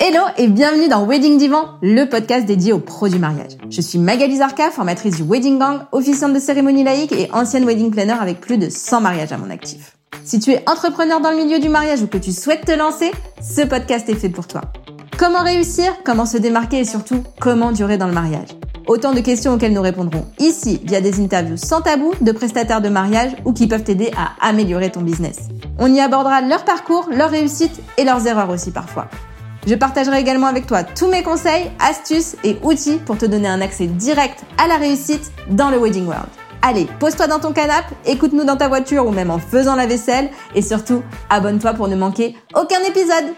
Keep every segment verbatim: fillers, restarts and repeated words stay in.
Hello et bienvenue dans Wedding Divan, le podcast dédié aux pros du mariage. Je suis Magali Zarka, formatrice du Wedding Gang, officiante de cérémonie laïque et ancienne wedding planner avec plus de cent mariages à mon actif. Si tu es entrepreneur dans le milieu du mariage ou que tu souhaites te lancer, ce podcast est fait pour toi. Comment réussir, comment se démarquer et surtout, comment durer dans le mariage. Autant de questions auxquelles nous répondrons ici via des interviews sans tabou de prestataires de mariage ou qui peuvent t'aider à améliorer ton business. On y abordera leur parcours, leurs réussites et leurs erreurs aussi parfois. Je partagerai également avec toi tous mes conseils, astuces et outils pour te donner un accès direct à la réussite dans le Wedding World. Allez, pose-toi dans ton canapé, écoute-nous dans ta voiture ou même en faisant la vaisselle et surtout, abonne-toi pour ne manquer aucun épisode.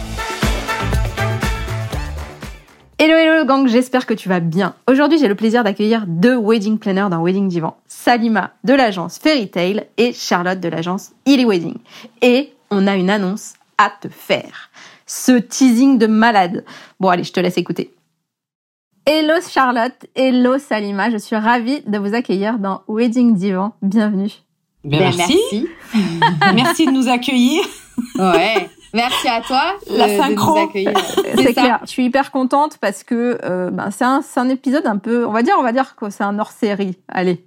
Hello hello le gang, j'espère que tu vas bien. Aujourd'hui, j'ai le plaisir d'accueillir deux wedding planners dans Wedding Divan. Salima de l'agence Fairy Tale et Charlotte de l'agence Illy Wedding. Et on a une annonce à te faire. Ce teasing de malade. Bon allez, je te laisse écouter. Hello Charlotte, hello Salima, je suis ravie de vous accueillir dans Wedding Divan. Bienvenue. Ben, ben merci. Merci. Merci de nous accueillir. Ouais. Merci à toi La de, synchro. de nous accueillir. C'est, c'est clair. Je suis hyper contente parce que euh, ben, c'est un c'est un épisode un peu, on va dire, on va dire que c'est un hors-série. Allez.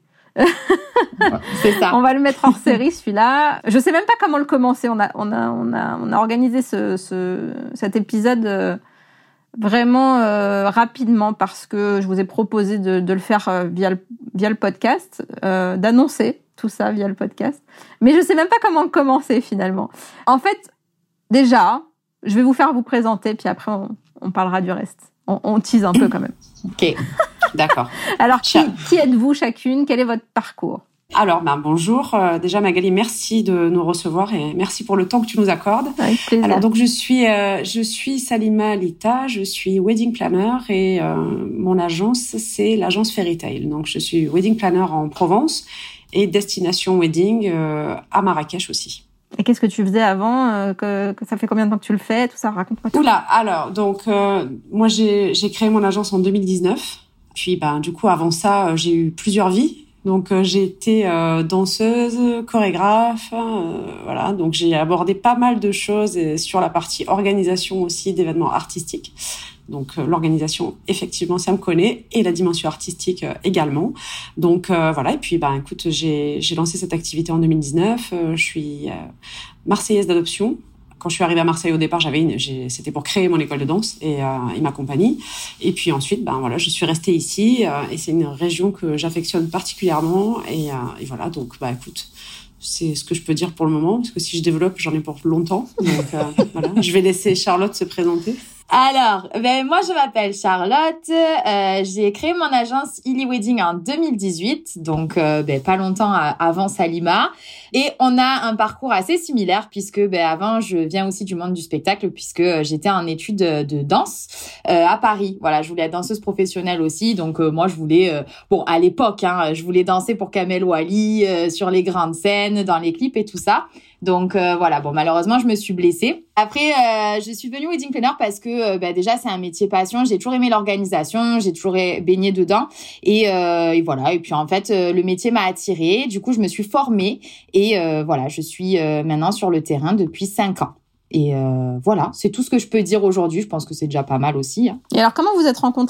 C'est ça. On va le mettre hors série celui-là. Je sais même pas comment le commencer. On a on a on a on a organisé ce ce cet épisode euh, vraiment euh, rapidement parce que je vous ai proposé de de le faire euh, via le via le podcast, euh, d'annoncer tout ça via le podcast. Mais je sais même pas comment commencer finalement. En fait, déjà, je vais vous faire vous présenter puis après on on parlera du reste. On, on tease un peu quand même. Ok. D'accord. Alors, qui, qui êtes-vous chacune ? Quel est votre parcours ? Alors, ben, bonjour. Euh, déjà, Magali, merci de nous recevoir et merci pour le temps que tu nous accordes. Avec plaisir. Alors, donc, je suis, euh, je suis Salima Lita, je suis wedding planner et euh, mon agence, c'est l'agence Fairy Tale. Donc, je suis wedding planner en Provence et destination wedding euh, à Marrakech aussi. Et qu'est-ce que tu faisais avant euh, que, que ça fait combien de temps que tu le fais ? Tout ça, raconte-moi tout. Oula, alors, donc, euh, moi, j'ai, j'ai créé mon agence en deux mille dix-neuf. Puis, ben, du coup, avant ça, j'ai eu plusieurs vies. Donc, euh, j'ai été euh, danseuse, chorégraphe, euh, voilà. Donc, j'ai abordé pas mal de choses et sur la partie organisation aussi d'événements artistiques. Donc, euh, l'organisation, effectivement, ça me connaît, et la dimension artistique euh, également. Donc, euh, voilà. Et puis, ben, écoute, j'ai, j'ai lancé cette activité en deux mille dix-neuf. Euh, je suis euh, marseillaise d'adoption. Quand je suis arrivée à Marseille au départ, j'avais une, j'ai, c'était pour créer mon école de danse et, euh, et ma compagnie. Et puis ensuite, ben voilà, je suis restée ici euh, et c'est une région que j'affectionne particulièrement. Et, euh, et voilà, donc bah écoute, c'est ce que je peux dire pour le moment parce que si je développe, j'en ai pour longtemps. Donc euh, voilà, je vais laisser Charlotte se présenter. Alors, ben moi je m'appelle Charlotte, euh, j'ai créé mon agence Illy Wedding en deux mille dix-huit, donc euh, ben pas longtemps avant Salima, et on a un parcours assez similaire puisque ben avant je viens aussi du monde du spectacle puisque j'étais en études de, de danse euh, à Paris. Voilà, je voulais être danseuse professionnelle aussi, donc euh, moi je voulais euh, bon à l'époque hein, je voulais danser pour Kamel Ouali euh, sur les grandes scènes, dans les clips et tout ça. Donc euh, voilà, bon malheureusement je me suis blessée. Après euh, je suis devenue wedding planner parce que euh, bah, déjà c'est un métier passion, j'ai toujours aimé l'organisation, j'ai toujours baigné dedans et, euh, et voilà. Et puis en fait euh, le métier m'a attirée, du coup je me suis formée et euh, voilà je suis euh, maintenant sur le terrain depuis cinq ans. Et euh, voilà, c'est tout ce que je peux dire aujourd'hui. Je pense que c'est déjà pas mal aussi. Hein. Et alors comment vous êtes rencontrés ?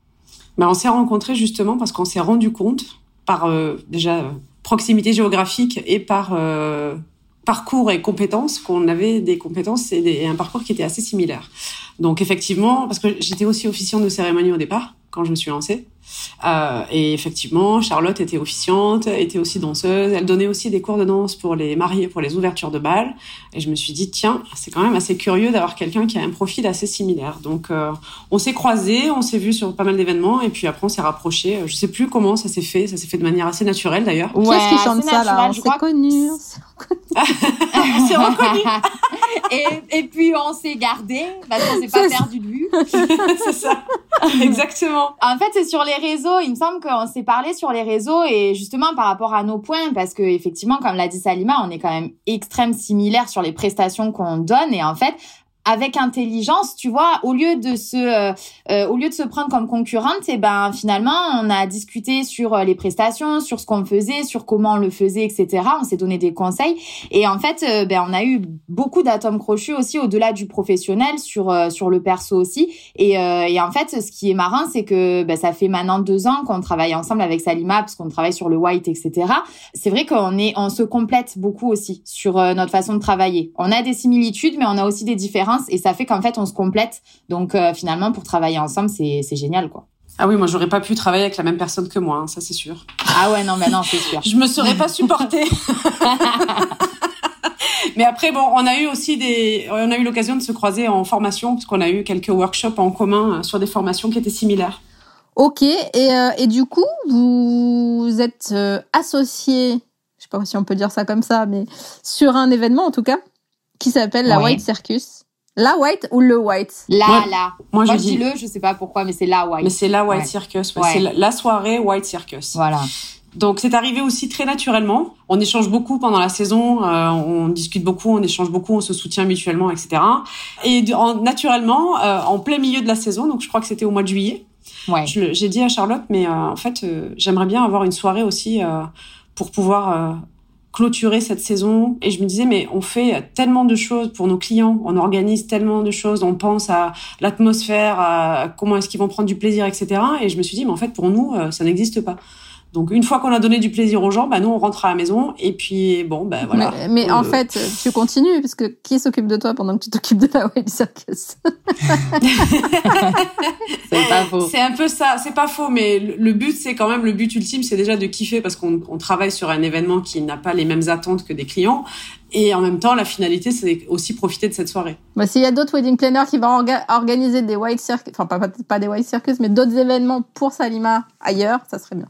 Ben on s'est rencontrés justement parce qu'on s'est rendu compte par euh, déjà euh, proximité géographique et par euh, parcours et compétences, qu'on avait des compétences et, des, et un parcours qui était assez similaire. Donc effectivement, parce que j'étais aussi officiante de cérémonie au départ, quand je me suis lancée. Euh, et effectivement, Charlotte était officiante, était aussi danseuse. Elle donnait aussi des cours de danse pour les mariés, pour les ouvertures de bal. Et je me suis dit, tiens, c'est quand même assez curieux d'avoir quelqu'un qui a un profil assez similaire. Donc, euh, on s'est croisés, on s'est vus sur pas mal d'événements, et puis après, on s'est rapprochés. Je sais plus comment ça s'est fait. Ça s'est fait de manière assez naturelle, d'ailleurs. Ouais, qui est-ce qui chante ça, là ? On s'est connus. On s'est reconnus. et, et puis, on s'est gardés, parce qu'on s'est pas C'est perdu de vue. C'est ça. Exactement. En fait, c'est sur les réseaux. Il me semble qu'on s'est parlé sur les réseaux et justement par rapport à nos points, parce que effectivement, comme l'a dit Salima, on est quand même extrêmement similaires sur les prestations qu'on donne et en fait, avec intelligence, tu vois, au lieu de se, euh, euh, au lieu de se prendre comme concurrente, et ben finalement, on a discuté sur les prestations, sur ce qu'on faisait, sur comment on le faisait, et cetera. On s'est donné des conseils, et en fait, euh, ben on a eu beaucoup d'atomes crochus aussi au-delà du professionnel, sur euh, sur le perso aussi. Et, euh, et en fait, ce qui est marrant, c'est que ben ça fait maintenant deux ans qu'on travaille ensemble avec Salima, parce qu'on travaille sur le white, et cetera. C'est vrai qu'on est, on se complète beaucoup aussi sur euh, notre façon de travailler. On a des similitudes, mais on a aussi des différences. Et ça fait qu'en fait, on se complète. Donc, euh, finalement, pour travailler ensemble, c'est, c'est génial, quoi. Ah oui, moi, j'aurais pas pu travailler avec la même personne que moi, hein, ça, c'est sûr. Ah ouais, non, mais non, c'est sûr. Je me serais pas supportée. Mais après, bon, on a eu aussi des, on a eu l'occasion de se croiser en formation, parce qu'on a eu quelques workshops en commun sur des formations qui étaient similaires. Ok. Et, euh, et du coup, vous êtes euh, associés, je sais pas si on peut dire ça comme ça, mais sur un événement, en tout cas, qui s'appelle la Ouais. White Circus. La White ou le White? Là, Moi- là. moi, je je dis- dis le, je sais pas pourquoi, mais c'est la white. Mais c'est la White Ouais. Circus, ouais. Ouais. C'est la, la soirée White Circus. Voilà. Donc c'est arrivé aussi très naturellement. On échange beaucoup pendant la saison, euh, on discute beaucoup, on échange beaucoup, on se soutient mutuellement, et cetera. Et de, en, naturellement, euh, en plein milieu de la saison, donc je crois que c'était au mois de juillet, Ouais. je le- j'ai dit à Charlotte, mais euh, en fait, euh, j'aimerais bien avoir une soirée aussi euh, pour pouvoir euh, clôturer cette saison. Et je me disais, mais on fait tellement de choses pour nos clients, on organise tellement de choses, on pense à l'atmosphère, à comment est-ce qu'ils vont prendre du plaisir, et cetera. Et je me suis dit, mais en fait, pour nous, euh, ça n'existe pas. Donc, une fois qu'on a donné du plaisir aux gens, bah, nous, on rentre à la maison. Et puis, bon, ben voilà. Mais, mais Euh, en fait, tu continues, parce que qui s'occupe de toi pendant que tu t'occupes de la White Circus? C'est pas faux. C'est un peu ça, c'est pas faux, mais le le but, c'est quand même, le but ultime, c'est déjà de kiffer parce qu'on on travaille sur un événement qui n'a pas les mêmes attentes que des clients. Et en même temps, la finalité, c'est aussi profiter de cette soirée. Bah, s'il y a d'autres wedding planners qui vont orga- organiser des White Circus, enfin, pas, pas, pas des White Circus, mais d'autres événements pour Salima ailleurs, ça serait bien.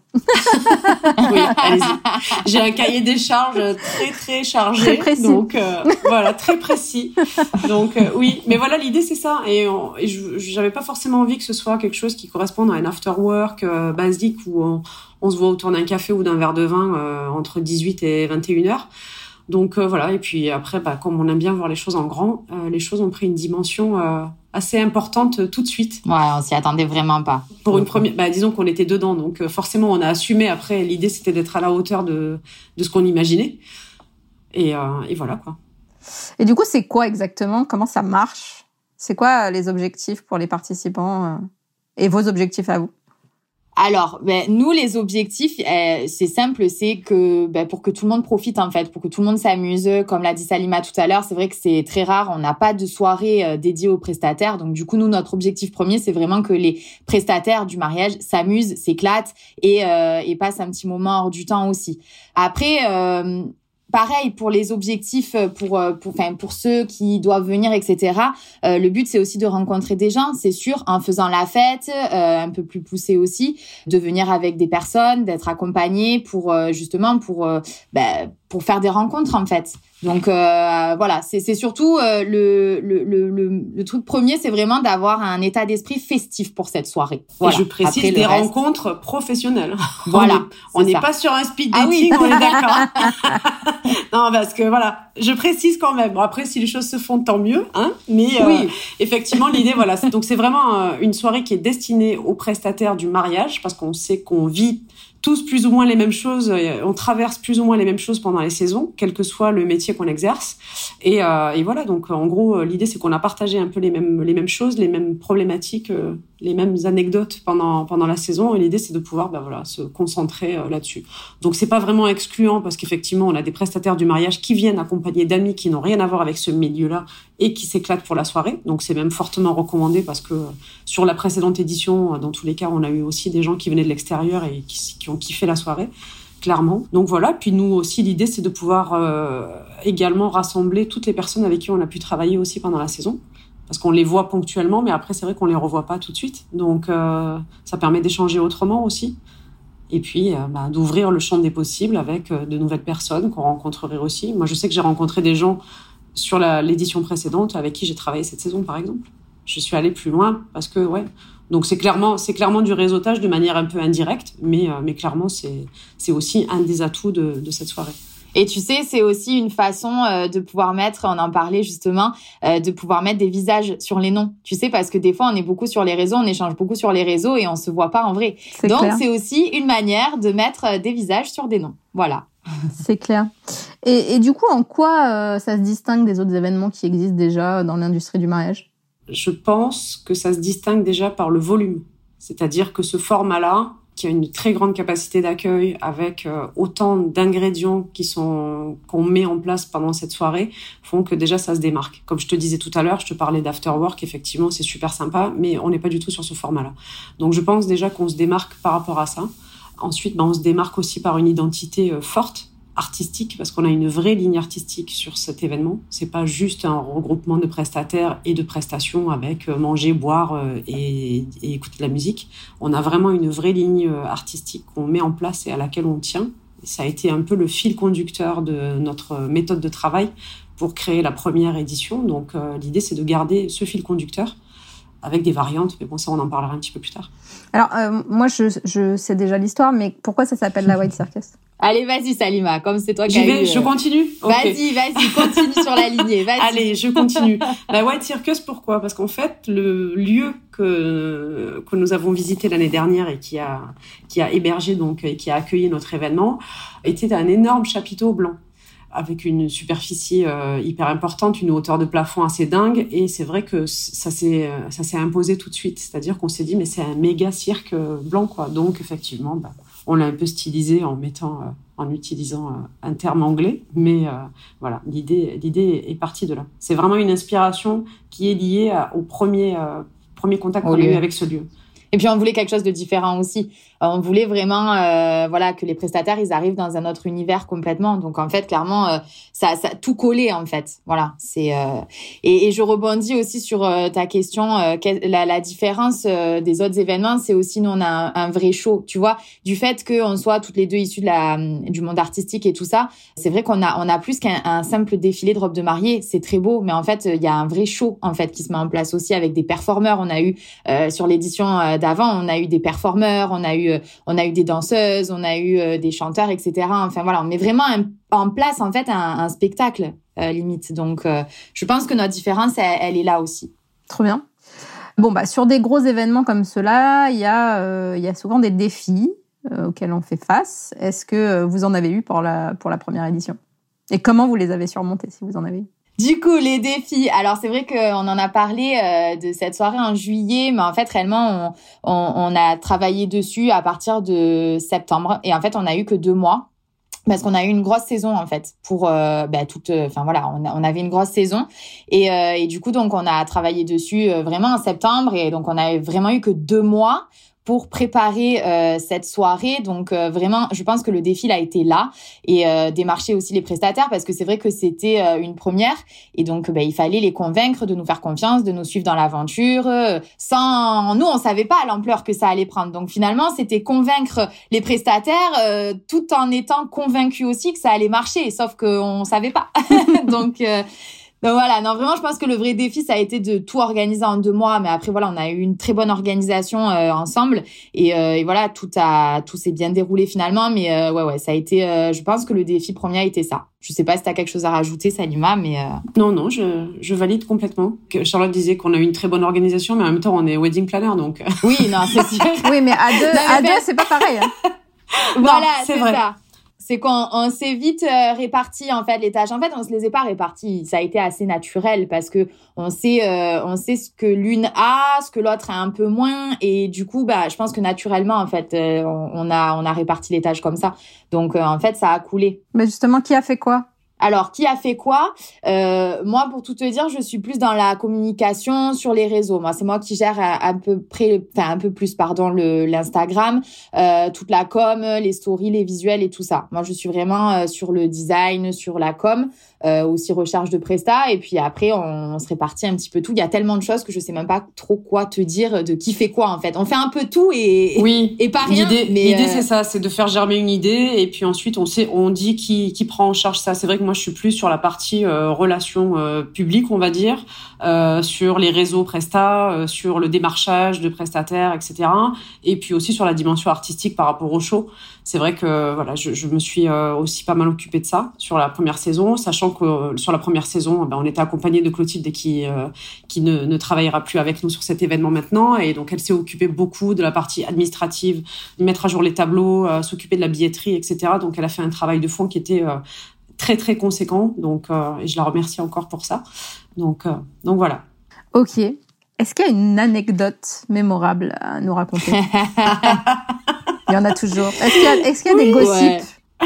Oui, allez-y. J'ai un cahier des charges très, très chargé. Très précis. Donc, euh, voilà, très précis. Donc, euh, oui. Mais voilà, l'idée, c'est ça. Et, on, et je, j'avais pas forcément envie que ce soit quelque chose qui corresponde à un after-work euh, basique où on, on se voit autour d'un café ou d'un verre de vin euh, entre dix-huit et vingt et une heures. Donc, euh, voilà. Et puis après, bah, comme on aime bien voir les choses en grand, euh, les choses ont pris une dimension euh, assez importante euh, tout de suite. Ouais, on s'y attendait vraiment pas. Pour une première, bah, disons qu'on était dedans, donc euh, forcément on a assumé. Après, l'idée c'était d'être à la hauteur de de ce qu'on imaginait, et, euh, et voilà quoi. Et du coup, c'est quoi exactement? Comment ça marche? C'est quoi euh, les objectifs pour les participants euh, et vos objectifs à vous? Alors, ben, nous, les objectifs, euh, c'est simple, c'est que ben, pour que tout le monde profite, en fait, pour que tout le monde s'amuse. Comme l'a dit Salima tout à l'heure, c'est vrai que c'est très rare, on n'a pas de soirée euh, dédiée aux prestataires. Donc, du coup, nous, notre objectif premier, c'est vraiment que les prestataires du mariage s'amusent, s'éclatent et, euh, et passent un petit moment hors du temps aussi. Après... Euh, Pareil pour les objectifs, pour pour enfin pour ceux qui doivent venir, et cetera. Euh, le but c'est aussi de rencontrer des gens, c'est sûr, en faisant la fête, euh, un peu plus poussée aussi, de venir avec des personnes, d'être accompagné pour euh, justement pour euh, ben, pour faire des rencontres en fait. Donc euh, voilà, c'est c'est surtout euh, le, le le le le truc premier, c'est vraiment d'avoir un état d'esprit festif pour cette soirée. Voilà. Et je précise Après, des le reste, rencontres professionnelles. Voilà, on n'est c'est ça. pas sur un speed Ah dating, oui. on est d'accord. Non, parce que voilà, je précise quand même. Bon, après, si les choses se font, tant mieux, hein. Mais euh, Oui. effectivement, l'idée, voilà. C'est- Donc c'est vraiment euh, une soirée qui est destinée aux prestataires du mariage, parce qu'on sait qu'on vit tous plus ou moins les mêmes choses, on traverse plus ou moins les mêmes choses pendant les saisons, quel que soit le métier qu'on exerce. Et, euh, et voilà, donc en gros, l'idée c'est qu'on a partagé un peu les mêmes les mêmes choses, les mêmes problématiques, euh, les mêmes anecdotes pendant pendant la saison. Et l'idée c'est de pouvoir, ben voilà, se concentrer euh, là-dessus. Donc c'est pas vraiment excluant parce qu'effectivement on a des prestataires du mariage qui viennent accompagner d'amis qui n'ont rien à voir avec ce milieu-là et qui s'éclatent pour la soirée. Donc c'est même fortement recommandé parce que sur la précédente édition, dans tous les cas, on a eu aussi des gens qui venaient de l'extérieur et qui, qui ont kiffé la soirée, clairement. Donc voilà, puis nous aussi, l'idée, c'est de pouvoir euh, également rassembler toutes les personnes avec qui on a pu travailler aussi pendant la saison, parce qu'on les voit ponctuellement, mais après, c'est vrai qu'on les revoit pas tout de suite. Donc euh, ça permet d'échanger autrement aussi. Et puis, euh, bah, d'ouvrir le champ des possibles avec euh, de nouvelles personnes qu'on rencontrerait aussi. Moi, je sais que j'ai rencontré des gens sur la, l'édition précédente avec qui j'ai travaillé cette saison, par exemple. Je suis allée plus loin parce que, ouais... Donc c'est clairement c'est clairement du réseautage de manière un peu indirecte, mais euh, mais clairement c'est c'est aussi un des atouts de de cette soirée. Et tu sais, c'est aussi une façon euh, de pouvoir mettre, on en parlait justement, euh, de pouvoir mettre des visages sur les noms. Tu sais, parce que des fois, on est beaucoup sur les réseaux, on échange beaucoup sur les réseaux et on se voit pas en vrai. C'est Donc, clair. c'est aussi une manière de mettre des visages sur des noms. Voilà. C'est clair. Et, et du coup, en quoi euh, ça se distingue des autres événements qui existent déjà dans l'industrie du mariage ? Je pense que ça se distingue déjà par le volume. C'est-à-dire que ce format-là, qui a une très grande capacité d'accueil avec euh, autant d'ingrédients qui sont qu'on met en place pendant cette soirée, font que déjà ça se démarque. Comme je te disais tout à l'heure, je te parlais d'afterwork, effectivement c'est super sympa, mais on n'est pas du tout sur ce format-là. Donc je pense déjà qu'on se démarque par rapport à ça. Ensuite, ben, on se démarque aussi par une identité euh, forte, artistique, parce qu'on a une vraie ligne artistique sur cet événement. C'est pas juste un regroupement de prestataires et de prestations avec manger, boire et, et écouter de la musique. On a vraiment une vraie ligne artistique qu'on met en place et à laquelle on tient. Et ça a été un peu le fil conducteur de notre méthode de travail pour créer la première édition. Donc euh, l'idée, c'est de garder ce fil conducteur avec des variantes, mais bon, ça, on en parlera un petit peu plus tard. Alors, euh, moi, je, je sais déjà l'histoire, mais pourquoi ça s'appelle la White Circus ? Allez, vas-y, Salima, comme c'est toi qui J'y as vais, eu... je continue. Vas-y, Okay. vas-y, continue sur la lignée, vas-y. Allez, je continue. La White Circus, pourquoi ? Parce qu'en fait, le lieu que que nous avons visité l'année dernière et qui a qui a hébergé donc et qui a accueilli notre événement était un énorme chapiteau blanc, avec une superficie euh, hyper importante, une hauteur de plafond assez dingue, et c'est vrai que ça s'est ça s'est imposé tout de suite. C'est-à-dire qu'on s'est dit mais c'est un méga cirque blanc quoi. Donc effectivement, bah, on l'a un peu stylisé en mettant, euh, en utilisant euh, un terme anglais, mais euh, voilà, l'idée l'idée est partie de là. C'est vraiment une inspiration qui est liée à, au premier euh, premier contact qu'on a eu avec ce lieu. Et puis on voulait quelque chose de différent aussi. On voulait vraiment, euh, voilà, que les prestataires ils arrivent dans un autre univers complètement. Donc en fait, clairement, euh, ça, ça tout collé en fait. Voilà, c'est euh... et, et je rebondis aussi sur euh, ta question. Euh, la, la différence euh, des autres événements, c'est aussi nous on a un, un vrai show. Tu vois, du fait qu'on soit toutes les deux issues de la du monde artistique et tout ça, c'est vrai qu'on a on a plus qu'un un simple défilé de robes de mariée. C'est très beau, mais en fait il y a un vrai show en fait qui se met en place aussi avec des performeurs. On a eu euh, sur l'édition euh, d'avant, on a eu des performeurs, on a eu on a eu des danseuses, on a eu euh, des chanteurs, et cetera. Enfin voilà, on met vraiment un, en place en fait un, un spectacle euh, limite. Donc euh, je pense que notre différence elle, elle est là aussi. Trop bien. Bon bah sur des gros événements comme ceux-là, il y a euh, il y a souvent des défis euh, auxquels on fait face. Est-ce que vous en avez eu pour la pour la première édition ? Et comment vous les avez surmontés si vous en avez eu ? Du coup, les défis. Alors, c'est vrai qu'on en a parlé euh, de cette soirée en juillet, mais en fait, réellement, on, on, on a travaillé dessus à partir de septembre. Et en fait, on a eu que deux mois. Parce qu'on a eu une grosse saison, en fait, pour euh, bah, toute... Enfin, voilà, on, a, on avait une grosse saison. Et, euh, et du coup, donc, on a travaillé dessus euh, vraiment en septembre. Et donc, on a vraiment eu que deux mois pour préparer euh, cette soirée. Donc euh, vraiment, je pense que le défi a été là et euh, démarcher aussi les prestataires parce que c'est vrai que c'était euh, une première et donc bah, il fallait les convaincre de nous faire confiance, de nous suivre dans l'aventure. Euh, sans nous, on savait pas l'ampleur que ça allait prendre. Donc finalement, c'était convaincre les prestataires euh, tout en étant convaincus aussi que ça allait marcher, sauf qu'on savait pas. donc euh, Donc voilà, non vraiment je pense que le vrai défi ça a été de tout organiser en deux mois, mais après voilà on a eu une très bonne organisation euh, ensemble et, euh, et voilà tout a tout s'est bien déroulé finalement, mais euh, ouais ouais ça a été, euh, je pense que le défi premier a été ça. Je sais pas si t'as quelque chose à rajouter Salima, mais euh... non non je je valide complètement. Charlotte disait qu'on a eu une très bonne organisation, mais en même temps on est wedding planner donc. Oui non c'est sûr. Oui mais à deux non, à deux c'est pas pareil. Hein. Voilà non, c'est, c'est vrai. ça. C'est qu'on on s'est vite euh, réparti en fait les tâches. En fait, on se les est pas réparties. Ça a été assez naturel parce que on sait euh, on sait ce que l'une a, ce que l'autre a un peu moins et du coup bah je pense que naturellement en fait euh, on, on a on a réparti les tâches comme ça. Donc euh, en fait, ça a coulé. Mais justement, qui a fait quoi ? Alors, qui a fait quoi ? euh, Moi, pour tout te dire, je suis plus dans la communication sur les réseaux. Moi, c'est moi qui gère à, à peu près, enfin un peu plus, pardon, le l'Instagram, euh, toute la com, les stories, les visuels et tout ça. Moi, je suis vraiment euh, sur le design, sur la com. euh, aussi recherche de prestat. Et puis après, on, on se répartit un petit peu tout. Il y a tellement de choses que je sais même pas trop quoi te dire de qui fait quoi en fait. On fait un peu tout et oui, et pas rien. L'idée, mais l'idée euh... c'est ça, c'est de faire germer une idée et puis ensuite on sait, on dit qui qui prend en charge ça. C'est vrai que moi je suis plus sur la partie euh, relations euh, publiques, on va dire, euh, sur les réseaux prestat, euh, sur le démarchage de prestataires, et cetera. Et puis aussi sur la dimension artistique par rapport au show. C'est vrai que voilà, je, je me suis euh, aussi pas mal occupée de ça sur la première saison, sachant que euh, sur la première saison, ben, on était accompagné de Clotilde qui euh, qui ne, ne travaillera plus avec nous sur cet événement maintenant, et donc elle s'est occupée beaucoup de la partie administrative, mettre à jour les tableaux, euh, s'occuper de la billetterie, et cetera. Donc elle a fait un travail de fond qui était euh, très très conséquent. Donc euh, et je la remercie encore pour ça. Donc euh, donc voilà. Ok. Est-ce qu'il y a une anecdote mémorable à nous raconter? Il y en a toujours. Est-ce qu'il y a, est-ce qu'il y a oui, des gossips? Ouais.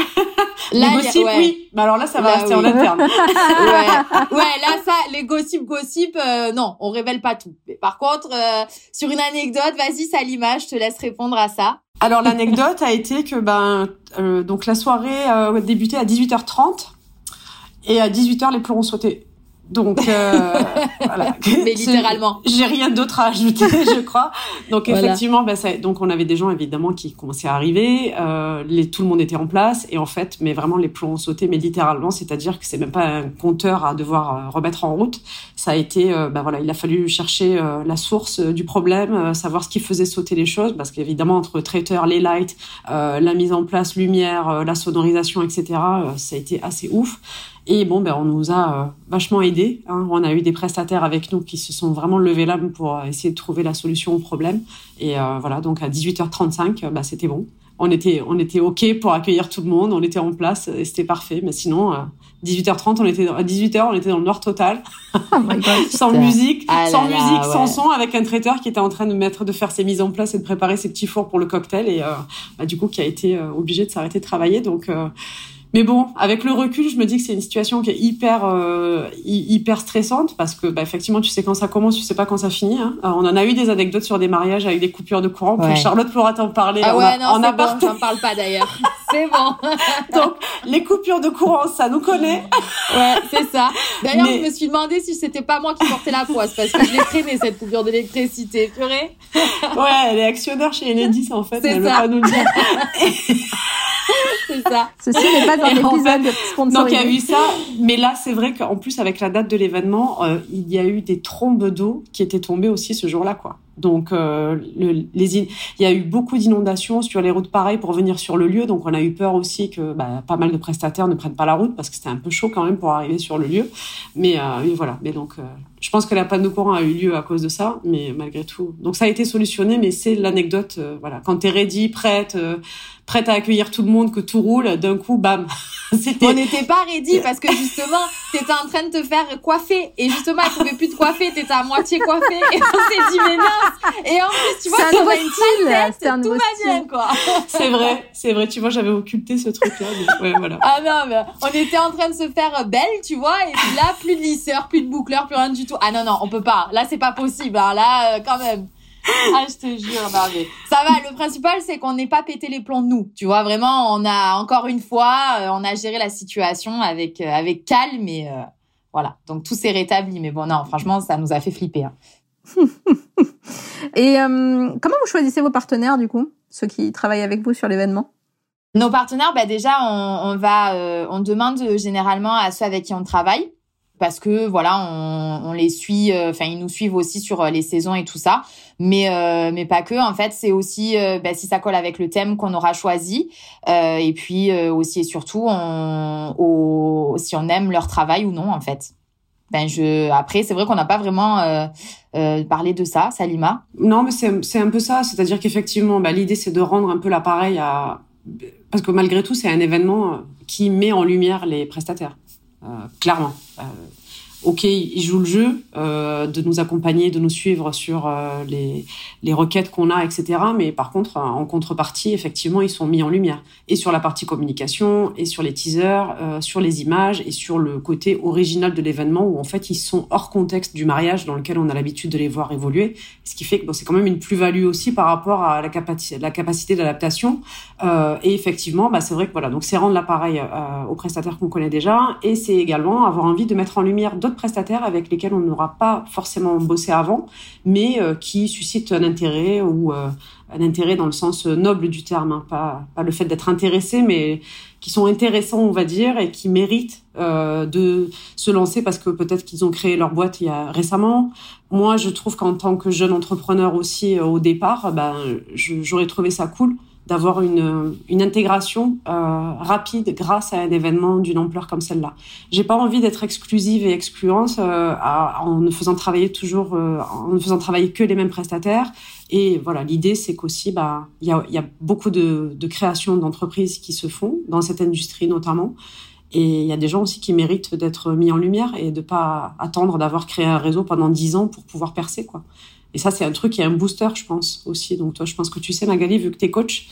Là, les gossips, ouais. Oui. Mais alors là, ça va là, rester oui. en interne. ouais. ouais, là, ça, les gossips, gossips, euh, non, on révèle pas tout. Mais par contre, euh, sur une anecdote, vas-y, Salima, je te laisse répondre à ça. Alors, l'anecdote a été que, ben, euh, donc la soirée euh, débutait à dix-huit heures trente et à dix-huit heures, les plombs ont sauté. Donc euh, voilà. Mais littéralement. C'est, j'ai rien d'autre à ajouter, je crois. Donc voilà. Effectivement, bah, ça, donc on avait des gens évidemment qui commençaient à arriver. Euh, les, tout le monde était en place et en fait, mais vraiment les plombs ont sauté, mais littéralement, c'est-à-dire que c'est même pas un compteur à devoir euh, remettre en route. Ça a été, euh, bah voilà, il a fallu chercher euh, la source euh, du problème, euh, savoir ce qui faisait sauter les choses, parce qu'évidemment entre traiteur, les lights, euh, la mise en place lumière, euh, la sonorisation, et cetera. Euh, ça a été assez ouf. Et bon, ben on nous a euh, vachement aidés. Hein. On a eu des prestataires avec nous qui se sont vraiment levés l'âme pour euh, essayer de trouver la solution au problème. Et euh, voilà, donc à dix-huit heures trente-cinq, euh, bah c'était bon. On était, on était ok pour accueillir tout le monde. On était en place et c'était parfait. Mais sinon, euh, dix-huit heures trente, on était à dix-huit heures, on était dans le noir total, oh my God, sans musique, ah sans là musique, là, sans ouais. son, avec un traiteur qui était en train de mettre, de faire ses mises en place et de préparer ses petits fours pour le cocktail et euh, bah, du coup qui a été euh, obligé de s'arrêter de travailler. Donc euh, Mais bon, avec le recul, je me dis que c'est une situation qui est hyper, euh, hyper stressante parce que, bah, effectivement, tu sais quand ça commence, tu sais pas quand ça finit. Hein. Alors, on en a eu des anecdotes sur des mariages avec des coupures de courant. Ouais. Charlotte pourra t'en parler. Ah ouais, a, non, en c'est appart... bon, j'en parle pas d'ailleurs. C'est bon. Donc, les coupures de courant, ça nous connaît. Ouais, c'est ça. D'ailleurs, Mais... je me suis demandé si c'était pas moi qui portais la poisse parce que je l'ai traîné cette coupure d'électricité. Purée. Ouais, elle est actionnaire chez Enedis en fait. C'est elle ça. veut pas nous le dire. C'est ça. Ceci n'est pas un épisode en fait, sponsorisé. Donc il y a eu ça, mais là c'est vrai qu'en plus avec la date de l'événement, euh, il y a eu des trombes d'eau qui étaient tombées aussi ce jour-là, quoi. Donc euh, le, les in... il y a eu beaucoup d'inondations sur les routes, pareil, pour venir sur le lieu. Donc on a eu peur aussi que bah, pas mal de prestataires ne prennent pas la route parce que c'était un peu chaud quand même pour arriver sur le lieu. Mais, euh, mais voilà. Mais donc euh, je pense que la panne de courant a eu lieu à cause de ça, mais malgré tout. Donc ça a été solutionné, mais c'est l'anecdote. Euh, voilà, quand t'es ready, prête. Euh, prête à accueillir tout le monde, que tout roule, d'un coup, bam. C'était... On n'était pas ready parce que justement, t'étais en train de te faire coiffer et justement, elle pouvait plus te coiffer, t'étais à moitié coiffée et on s'est dit, mais non. Et en plus, tu vois, c'est un nouveau style, c'est un tout nouveau va style. bien, quoi. C'est vrai, c'est vrai, tu vois, j'avais occulté ce truc-là, mais ouais, voilà. Ah non, mais on était en train de se faire belle, tu vois, et puis là, plus de lisseur, plus de boucleur, plus rien du tout. Ah non, non, on peut pas. Là, c'est pas possible, hein. Là, euh, quand même. Ah, je te jure, non, mais ça va. Le principal, c'est qu'on n'ait pas pété les plombs nous. Tu vois, vraiment, on a encore une fois, euh, on a géré la situation avec euh, avec calme et euh, voilà. Donc tout s'est rétabli. Mais bon, non, franchement, ça nous a fait flipper. Hein. Et euh, comment vous choisissez vos partenaires du coup, ceux qui travaillent avec vous sur l'événement? Nos partenaires, bah déjà, on, on va, euh, on demande généralement à ceux avec qui on travaille. Parce que voilà, on, on les suit, enfin euh, ils nous suivent aussi sur euh, les saisons et tout ça, mais euh, mais pas que. En fait, c'est aussi euh, bah, si ça colle avec le thème qu'on aura choisi, euh, et puis euh, aussi et surtout, on, au, si on aime leur travail ou non, en fait. Ben je après, c'est vrai qu'on n'a pas vraiment euh, euh, parlé de ça, Salima. Non, mais c'est c'est un peu ça, c'est-à-dire qu'effectivement, bah, l'idée c'est de rendre un peu l'appareil à, parce que malgré tout, c'est un événement qui met en lumière les prestataires. Euh, clairement. Euh, ok, ils jouent le jeu euh, de nous accompagner, de nous suivre sur euh, les les requêtes qu'on a, et cetera. Mais par contre, en contrepartie, effectivement, ils sont mis en lumière et sur la partie communication, et sur les teasers, euh, sur les images, et sur le côté original de l'événement où en fait ils sont hors contexte du mariage dans lequel on a l'habitude de les voir évoluer. Ce qui fait que bon, c'est quand même une plus-value aussi par rapport à la capacité, la capacité d'adaptation. Euh, et effectivement, bah c'est vrai que voilà, donc c'est rendre l'appareil euh, aux prestataires qu'on connaît déjà, et c'est également avoir envie de mettre en lumière d'autres prestataires avec lesquels on n'aura pas forcément bossé avant, mais euh, qui suscitent un intérêt, ou euh, un intérêt dans le sens noble du terme, hein, pas, pas le fait d'être intéressé, mais qui sont intéressants, on va dire, et qui méritent euh, de se lancer parce que peut-être qu'ils ont créé leur boîte il y a récemment. Moi, je trouve qu'en tant que jeune entrepreneur aussi, euh, au départ, ben, je, j'aurais trouvé ça cool d'avoir une, une intégration euh, rapide grâce à un événement d'une ampleur comme celle-là. J'ai pas envie d'être exclusive et excluante euh, à, en ne faisant travailler toujours, euh, en ne faisant travailler que les mêmes prestataires. Et voilà, l'idée, c'est qu'aussi, bah, il y a, y a beaucoup de, de créations d'entreprises qui se font dans cette industrie notamment. Et il y a des gens aussi qui méritent d'être mis en lumière et de pas attendre d'avoir créé un réseau pendant dix ans pour pouvoir percer, quoi. Et ça, c'est un truc qui est un booster, je pense, aussi. Donc, toi, je pense que tu sais, Magali, vu que t'es coach,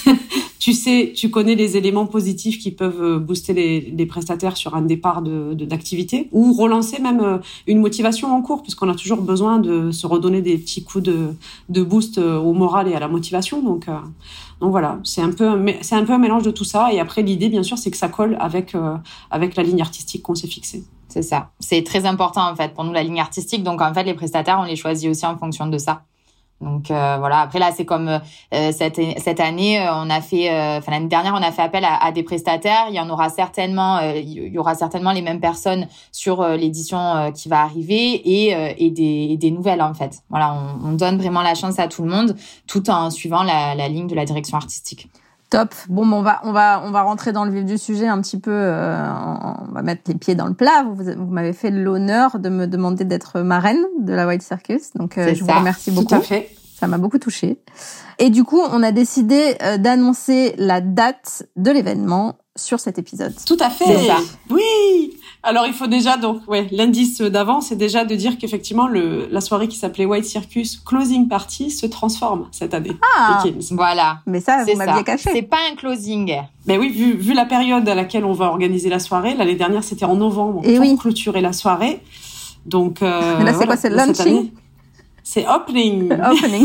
tu sais, tu connais les éléments positifs qui peuvent booster les, les prestataires sur un départ de, de, d'activité, ou relancer même une motivation en cours, puisqu'on a toujours besoin de se redonner des petits coups de, de boost au moral et à la motivation. Donc, euh, donc voilà, c'est un peu, c'est un peu un mélange de tout ça. Et après, l'idée, bien sûr, c'est que ça colle avec, euh, avec la ligne artistique qu'on s'est fixée. C'est ça. C'est très important, en fait, pour nous, la ligne artistique. Donc, en fait, les prestataires, on les choisit aussi en fonction de ça. Donc, euh, voilà. Après, là, c'est comme euh, cette, cette année, euh, on a fait... Enfin, euh, l'année dernière, on a fait appel à, à des prestataires. Il y en aura certainement... Euh, il y aura certainement les mêmes personnes sur euh, l'édition euh, qui va arriver et, euh, et, des, et des nouvelles, en fait. Voilà, on, on donne vraiment la chance à tout le monde tout en suivant la, la ligne de la direction artistique. Top. Bon, on va, on va, on va rentrer dans le vif du sujet un petit peu. Euh, on va mettre les pieds dans le plat. Vous, vous m'avez fait l'honneur de me demander d'être marraine de la White Circus, donc euh, je ça. vous remercie beaucoup. Tout à fait. Ça m'a beaucoup touchée. Et du coup, on a décidé euh, d'annoncer la date de l'événement sur cet épisode. Tout à fait. C'est ça. Oui. Alors il faut déjà donc ouais l'indice d'avant, c'est déjà de dire qu'effectivement le la soirée qui s'appelait White Circus Closing Party se transforme cette année. Ah. Voilà. Mais ça, c'est vous m'aviez ça. caché. C'est pas un closing. Mais oui, vu vu la période à laquelle on va organiser la soirée, l'année dernière c'était en novembre Et pour oui. clôturer la soirée. Donc euh, Mais là c'est voilà, quoi, c'est launching? C'est opening. Opening.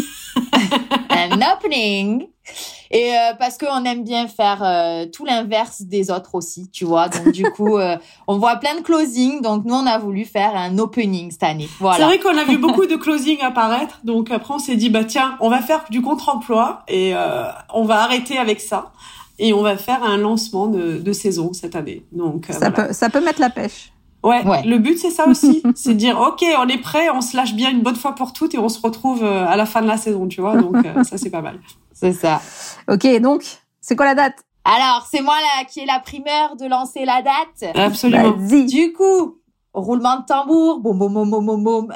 Un opening. Et euh, parce qu'on aime bien faire euh, tout l'inverse des autres aussi, tu vois. Donc du coup, euh, on voit plein de closing. Donc nous, on a voulu faire un opening cette année. Voilà. C'est vrai qu'on a vu beaucoup de closing apparaître. Donc après, on s'est dit, bah tiens, on va faire du contre-emploi et euh, on va arrêter avec ça. Et on va faire un lancement de, de saison cette année. Donc euh, ça voilà. peut, ça peut mettre la pêche. Ouais, ouais, le but c'est ça aussi, c'est de dire ok, on est prêt, on se lâche bien une bonne fois pour toutes et on se retrouve à la fin de la saison, tu vois. Donc euh, ça c'est pas mal. C'est ça. Ok, donc c'est quoi la date? Alors c'est moi là qui ai la primeur de lancer la date. Absolument. Vas-y. Du coup, roulement de tambour, boum boum boum boum boum boum.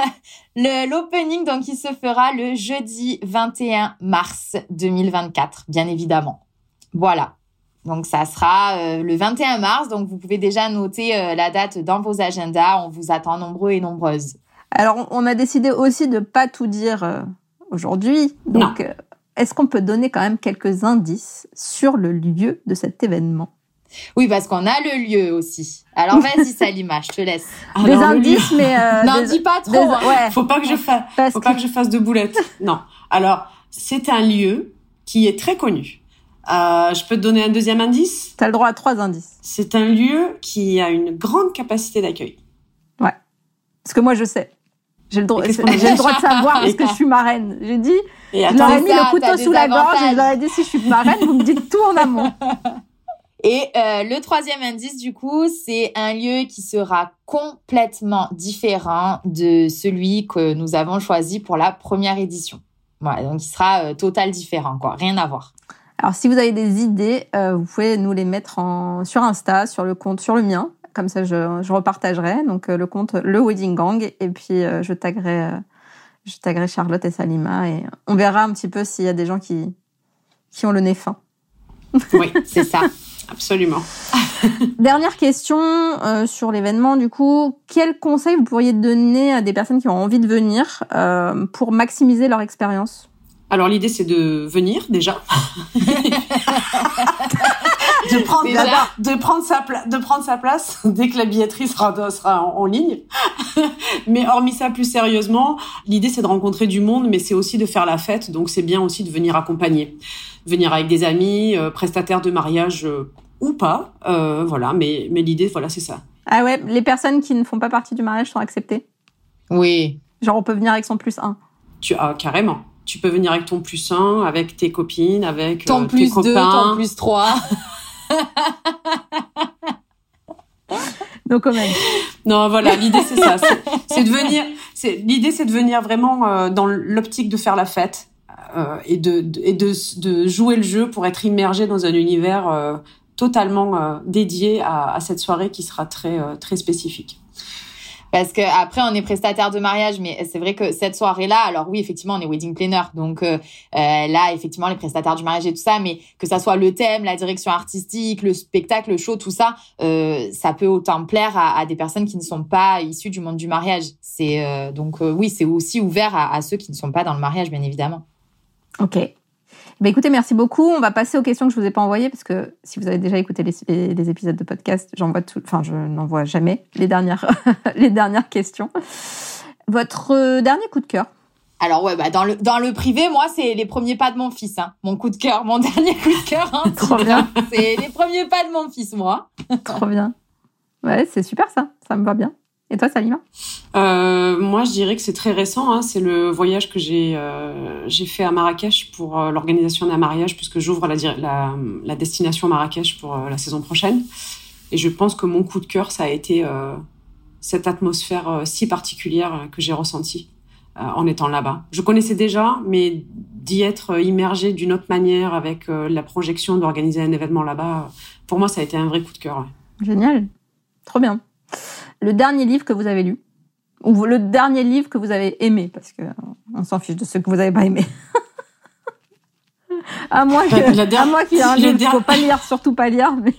Le l'opening donc il se fera le jeudi vingt et un mars deux mille vingt-quatre, bien évidemment. Voilà. Donc, ça sera euh, le vingt et un mars. Donc, vous pouvez déjà noter euh, la date dans vos agendas. On vous attend nombreux et nombreuses. Alors, on a décidé aussi de pas tout dire euh, aujourd'hui. Donc, euh, est-ce qu'on peut donner quand même quelques indices sur le lieu de cet événement? Oui, parce qu'on a le lieu aussi. Alors, vas-y, Salima, je te laisse. Alors, des indices, mais... Euh, non, des, dis pas trop. Des, hein. ouais. Faut pas que je fasse, parce faut que... pas que je fasse de boulettes. Non. Alors, c'est un lieu qui est très connu. Euh, je peux te donner un deuxième indice? T'as le droit à trois indices. C'est un lieu qui a une grande capacité d'accueil. Ouais. Parce que moi, je sais. J'ai le droit, j'ai le droit de savoir parce que je suis marraine. J'ai dit, et je attends, leur ai mis ça, le couteau sous la avantages. gorge et je leur ai dit, si je suis marraine, vous me dites tout en amont. Et euh, le troisième indice, du coup, c'est un lieu qui sera complètement différent de celui que nous avons choisi pour la première édition. Voilà, donc il sera euh, total différent, quoi. Rien à voir. Alors, si vous avez des idées, euh, vous pouvez nous les mettre en, sur Insta, sur le compte, sur le mien. Comme ça, je, je repartagerai. Donc, euh, le compte Le Wedding Gang. Et puis, euh, je taguerai, euh, je taguerai Charlotte et Salima. Et on verra un petit peu s'il y a des gens qui, qui ont le nez fin. Oui, c'est ça. Absolument. Dernière question euh, sur l'événement, du coup. Quel conseil vous pourriez donner à des personnes qui ont envie de venir euh, pour maximiser leur expérience ? Alors, l'idée, c'est de venir, déjà. de, prendre, déjà. de, prendre sa pla- de prendre sa place dès que la billetterie sera, sera en, en ligne. Mais hormis ça, plus sérieusement, l'idée, c'est de rencontrer du monde, mais c'est aussi de faire la fête. Donc, c'est bien aussi de venir accompagner. Venir avec des amis, euh, prestataires de mariage euh, ou pas. Euh, voilà, mais, mais l'idée, voilà, c'est ça. Ah ouais, les personnes qui ne font pas partie du mariage sont acceptées ? Oui. Genre, on peut venir avec son plus un. Tu, ah, carrément. Tu peux venir avec ton plus un, avec tes copines, avec ton euh, plus tes copains. deux, ton plus trois. No comment. Non, voilà, l'idée c'est ça, c'est, c'est de venir. C'est l'idée, c'est de venir vraiment euh, dans l'optique de faire la fête euh, et de, de et de, de jouer le jeu pour être immergé dans un univers euh, totalement euh, dédié à, à cette soirée qui sera très euh, très spécifique. Parce que après on est prestataire de mariage, mais c'est vrai que cette soirée-là, alors oui effectivement on est wedding planner, donc euh, là effectivement les prestataires du mariage et tout ça, mais que ça soit le thème, la direction artistique, le spectacle, le show, tout ça, euh, ça peut autant plaire à, à des personnes qui ne sont pas issues du monde du mariage. C'est euh, donc euh, oui c'est aussi ouvert à, à ceux qui ne sont pas dans le mariage bien évidemment. Ok. Bah écoutez, merci beaucoup. On va passer aux questions que je vous ai pas envoyées parce que si vous avez déjà écouté les, les, les épisodes de podcast, j'envoie tout, enfin je n'envoie jamais les dernières les dernières questions. Votre dernier coup de cœur? Alors ouais, bah dans le dans le privé, moi c'est les premiers pas de mon fils, hein. Mon coup de cœur, mon dernier coup de cœur. Hein, Trop bien. C'est les premiers pas de mon fils, moi. Trop bien. Ouais, c'est super ça. Ça me va bien. Et toi, Salima? euh, Moi, je dirais que c'est très récent. Hein. C'est le voyage que j'ai euh, j'ai fait à Marrakech pour euh, l'organisation d'un mariage, puisque j'ouvre la, la, la destination Marrakech pour euh, la saison prochaine. Et je pense que mon coup de cœur, ça a été euh, cette atmosphère euh, si particulière euh, que j'ai ressentie euh, en étant là-bas. Je connaissais déjà, mais d'y être immergée d'une autre manière avec euh, la projection d'organiser un événement là-bas, pour moi, ça a été un vrai coup de cœur. Ouais. Génial. Trop bien. Le dernier livre que vous avez lu, ou le dernier livre que vous avez aimé, parce que on s'en fiche de ceux que vous avez pas aimé. à moi que, la, la der- à moi qu'il y a un livre qu'il faut pas lire, surtout pas lire. Mais...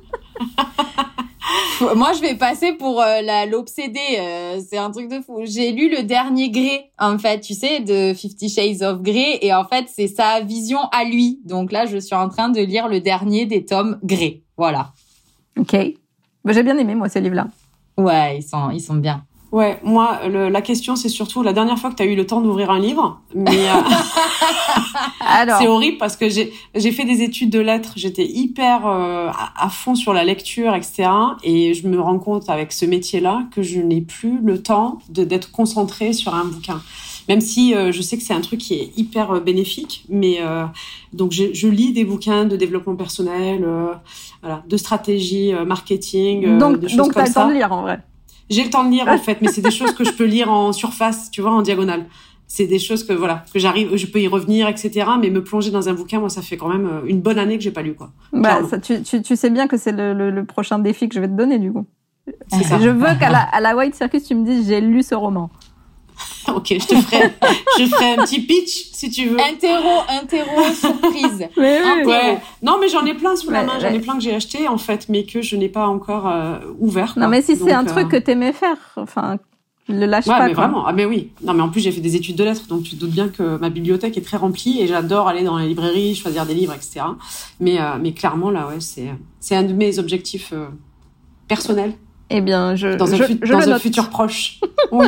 Moi, je vais passer pour euh, la l'obsédée. Euh, c'est un truc de fou. J'ai lu le dernier Grey, en fait, tu sais, de Fifty Shades of Grey, et en fait, c'est sa vision à lui. Donc là, je suis en train de lire le dernier des tomes Grey. Voilà. Ok. Bah, j'ai bien aimé moi ces livres-là. Ouais, ils sont, ils sont bien. Ouais, moi, le, la question, c'est surtout la dernière fois que tu as eu le temps d'ouvrir un livre. Mais euh, Alors... c'est horrible parce que j'ai, j'ai fait des études de lettres. J'étais hyper euh, à, à fond sur la lecture, et cetera. Et je me rends compte avec ce métier-là que je n'ai plus le temps de, d'être concentrée sur un bouquin. Même si euh, je sais que c'est un truc qui est hyper euh, bénéfique. Mais euh, donc, je, je lis des bouquins de développement personnel, euh, voilà, de stratégie, euh, marketing, euh, donc, des choses donc comme ça. Donc, t'as le temps de lire, en vrai. J'ai le temps de lire, en fait, mais c'est des choses que je peux lire en surface, tu vois, en diagonale. C'est des choses que, voilà, que j'arrive, je peux y revenir, et cetera. Mais me plonger dans un bouquin, moi, ça fait quand même une bonne année que j'ai pas lu, quoi. Bah, ça, tu, tu, tu sais bien que c'est le, le, le prochain défi que je vais te donner, du coup. C'est ça. Je veux qu'à la, à la White Circus, tu me dises, j'ai lu ce roman. Ok, je te ferai, je ferai un petit pitch, si tu veux. Interro, interro, surprise. Mais oui. Ouais. Non, mais j'en ai plein sous la ouais, main, ouais. j'en ai plein que j'ai acheté, en fait, mais que je n'ai pas encore euh, ouvert, quoi. Non, mais si Donc, c'est un euh... truc que t'aimais faire, enfin, le lâche ouais, pas, mais quoi. vraiment. Ah, mais oui. Non, mais en plus, j'ai fait des études de lettres, donc tu te doutes bien que ma bibliothèque est très remplie et j'adore aller dans les librairies, choisir des livres, et cetera. Mais, euh, mais clairement, là, ouais, c'est, c'est un de mes objectifs euh, personnels. Eh bien, je, dans un, je, fu- je dans le un note. futur proche. Oui.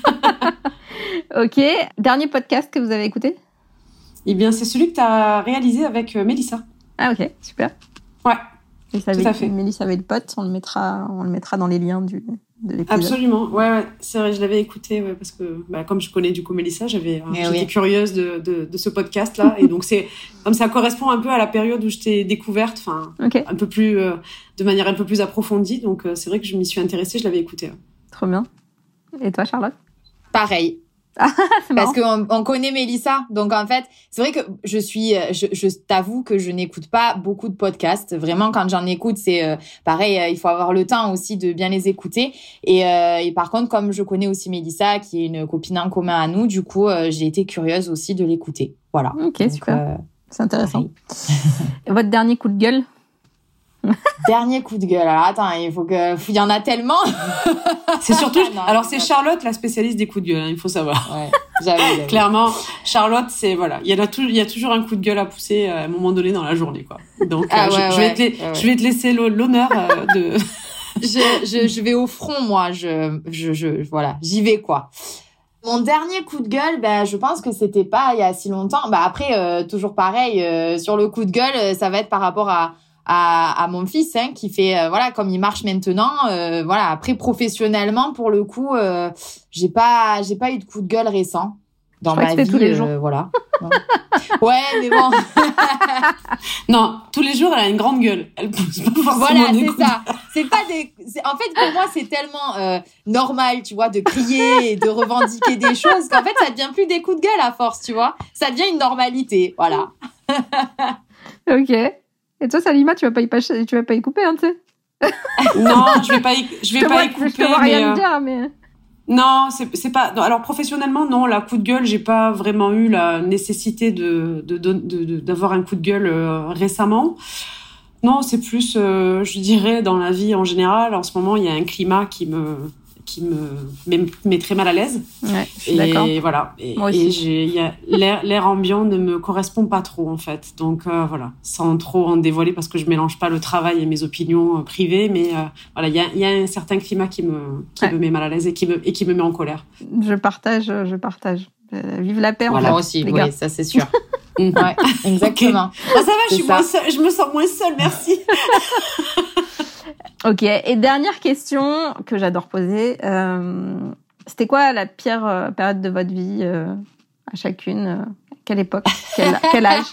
Ok. Dernier podcast que vous avez écouté? Eh bien, c'est celui que tu as réalisé avec euh, Mélissa. Ah, ok. Super. Ouais. Mélissa tout avec, à fait. Mélissa avec le pote, on le mettra, on le mettra dans les liens du, de l'épisode. Absolument. Ouais, ouais. C'est vrai, je l'avais écouté, ouais, parce que, bah, comme je connais du coup Mélissa, j'avais, Eh j'étais oui. curieuse de, de, de ce podcast-là. Et donc, c'est, comme ça correspond un peu à la période où je t'ai découverte, enfin, Ok. un peu plus, euh, de manière un peu plus approfondie. Donc, euh, c'est vrai que je m'y suis intéressée, je l'avais écouté. Ouais. Trop bien. Et toi, Charlotte? Pareil. C'est marrant. Parce qu'on on connaît Mélissa, donc en fait, c'est vrai que je suis, je, je t'avoue que je n'écoute pas beaucoup de podcasts. Vraiment, quand j'en écoute, c'est euh, pareil, euh, il faut avoir le temps aussi de bien les écouter. Et, euh, et par contre, comme je connais aussi Mélissa, qui est une copine en commun à nous, du coup, euh, j'ai été curieuse aussi de l'écouter. Voilà. Ok, donc, super. euh, C'est intéressant. Et votre dernier coup de gueule? Dernier coup de gueule. Alors attends, il faut que, il y en a tellement. C'est surtout, non, alors non, c'est non. Charlotte la spécialiste des coups de gueule, hein, il faut savoir. Ouais, j'avoue, j'avoue. Clairement, Charlotte, c'est voilà, il y en a tout, il y a toujours un coup de gueule à pousser à un moment donné dans la journée, quoi. Donc, Ah, euh, ouais, je, je ouais, vais te, ouais, ouais. je vais te laisser l'honneur euh, de. je, je, je vais au front, moi. Je, je, je, voilà, j'y vais, quoi. Mon dernier coup de gueule, ben, je pense que c'était pas il y a si longtemps. Bah, après, euh, toujours pareil, euh, sur le coup de gueule, ça va être par rapport à, à, à mon fils, hein, qui fait, euh, voilà, comme il marche maintenant, euh, voilà. Après, professionnellement, pour le coup, euh, j'ai pas, j'ai pas eu de coup de gueule récent dans je ma vie. vie. Tous les jours. Euh, voilà. Ouais, mais bon. Non, tous les jours, elle a une grande gueule. Elle pousse pas forcément Voilà, des c'est coups de- ça. C'est pas des. c'est- En fait, pour moi, c'est tellement euh, normal, tu vois, de crier et de revendiquer des choses qu'en fait, ça devient plus des coups de gueule à force, tu vois. Ça devient une normalité, voilà. Ok. Et toi, Salima, tu vas pas y, pas, tu vas pas y couper, hein, tu sais. Non, je vais pas y, je vais Je te pas vois- y couper. Je te vois mais, rien euh, me dire, mais... Non, c'est c'est pas. Non, alors professionnellement, non, la coup de gueule, j'ai pas vraiment eu la nécessité de de de, de d'avoir un coup de gueule euh, récemment. Non, c'est plus, euh, je dirais, dans la vie en général. En ce moment, il y a un climat qui me qui me met, met très mal à l'aise. Ouais, je suis Et d'accord. voilà. Et, Moi aussi. et j'ai, il y a l'air, l'air ambiant ne me correspond pas trop en fait. Donc euh, voilà, sans trop en dévoiler parce que je mélange pas le travail et mes opinions euh, privées, mais euh, voilà, il y a, il y a un certain climat qui me qui Ouais. me met mal à l'aise et qui me et qui me met en colère. Je partage, je partage. Euh, Vive la paix, en Voilà. fait, Moi aussi, les oui, gars. ça c'est sûr. Mhm. Ouais, exactement. Ah, ça va, je C'est suis ça. moins seule, je me sens moins seule, merci. Ok, et dernière question que j'adore poser. Euh, c'était quoi la pire euh, période de votre vie euh, à chacune euh, Quelle époque quel, quel âge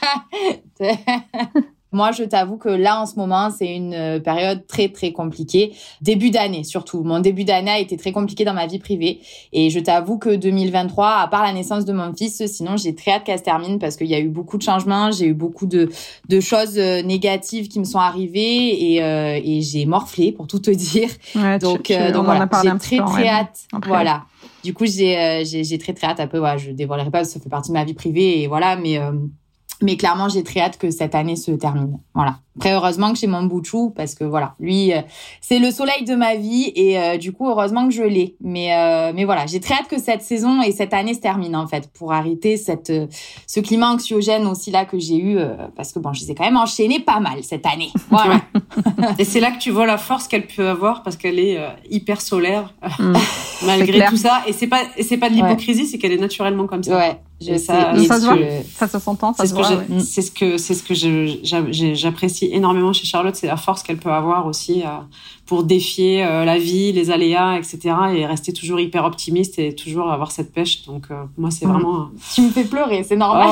Moi, je t'avoue que là, en ce moment, c'est une euh, période très, très compliquée. Début d'année, surtout. Mon début d'année a été très compliqué dans ma vie privée. Et je t'avoue que deux mille vingt-trois, à part la naissance de mon fils, sinon, j'ai très hâte qu'elle se termine parce qu'il y a eu beaucoup de changements. J'ai eu beaucoup de, de choses euh, négatives qui me sont arrivées et, euh, et j'ai morflé, pour tout te dire. Ouais, Donc, tu- tu- euh, on donc en voilà, a parlé j'ai un très, petit peu, très ouais. hâte. Après. Voilà. Du coup, j'ai, euh, j'ai, j'ai très, très hâte. Un peu, ouais, je dévoilerai pas parce que ça fait partie de ma vie privée et voilà, mais, euh, mais clairement, j'ai très hâte que cette année se termine. Voilà. Après, heureusement que j'ai mon Bouchou parce que voilà, lui, euh, c'est le soleil de ma vie et euh, du coup, heureusement que je l'ai. Mais, euh, mais voilà, j'ai très hâte que cette saison et cette année se termine en fait pour arrêter cette, euh, ce climat anxiogène aussi là que j'ai eu euh, parce que bon, je les ai quand même enchaînés pas mal cette année. Voilà. Et c'est là que tu vois la force qu'elle peut avoir parce qu'elle est euh, hyper solaire Mm. C'est malgré clair. tout ça. Et c'est pas et c'est pas de l'hypocrisie, c'est qu'elle est naturellement comme ça. Ouais, je Et sais. ça- Et ça se je- voit. Ça se s'entend, ça C'est se ce, que voit. j'ai- ouais. c'est ce que c'est ce que je- j'a- j'ai- j'apprécie énormément chez Charlotte, c'est la force qu'elle peut avoir aussi euh, pour défier euh, la vie, les aléas, et cetera. Et rester toujours hyper optimiste et toujours avoir cette pêche. Donc euh, moi, c'est Mm. vraiment. euh, Tu me fais pleurer, c'est normal.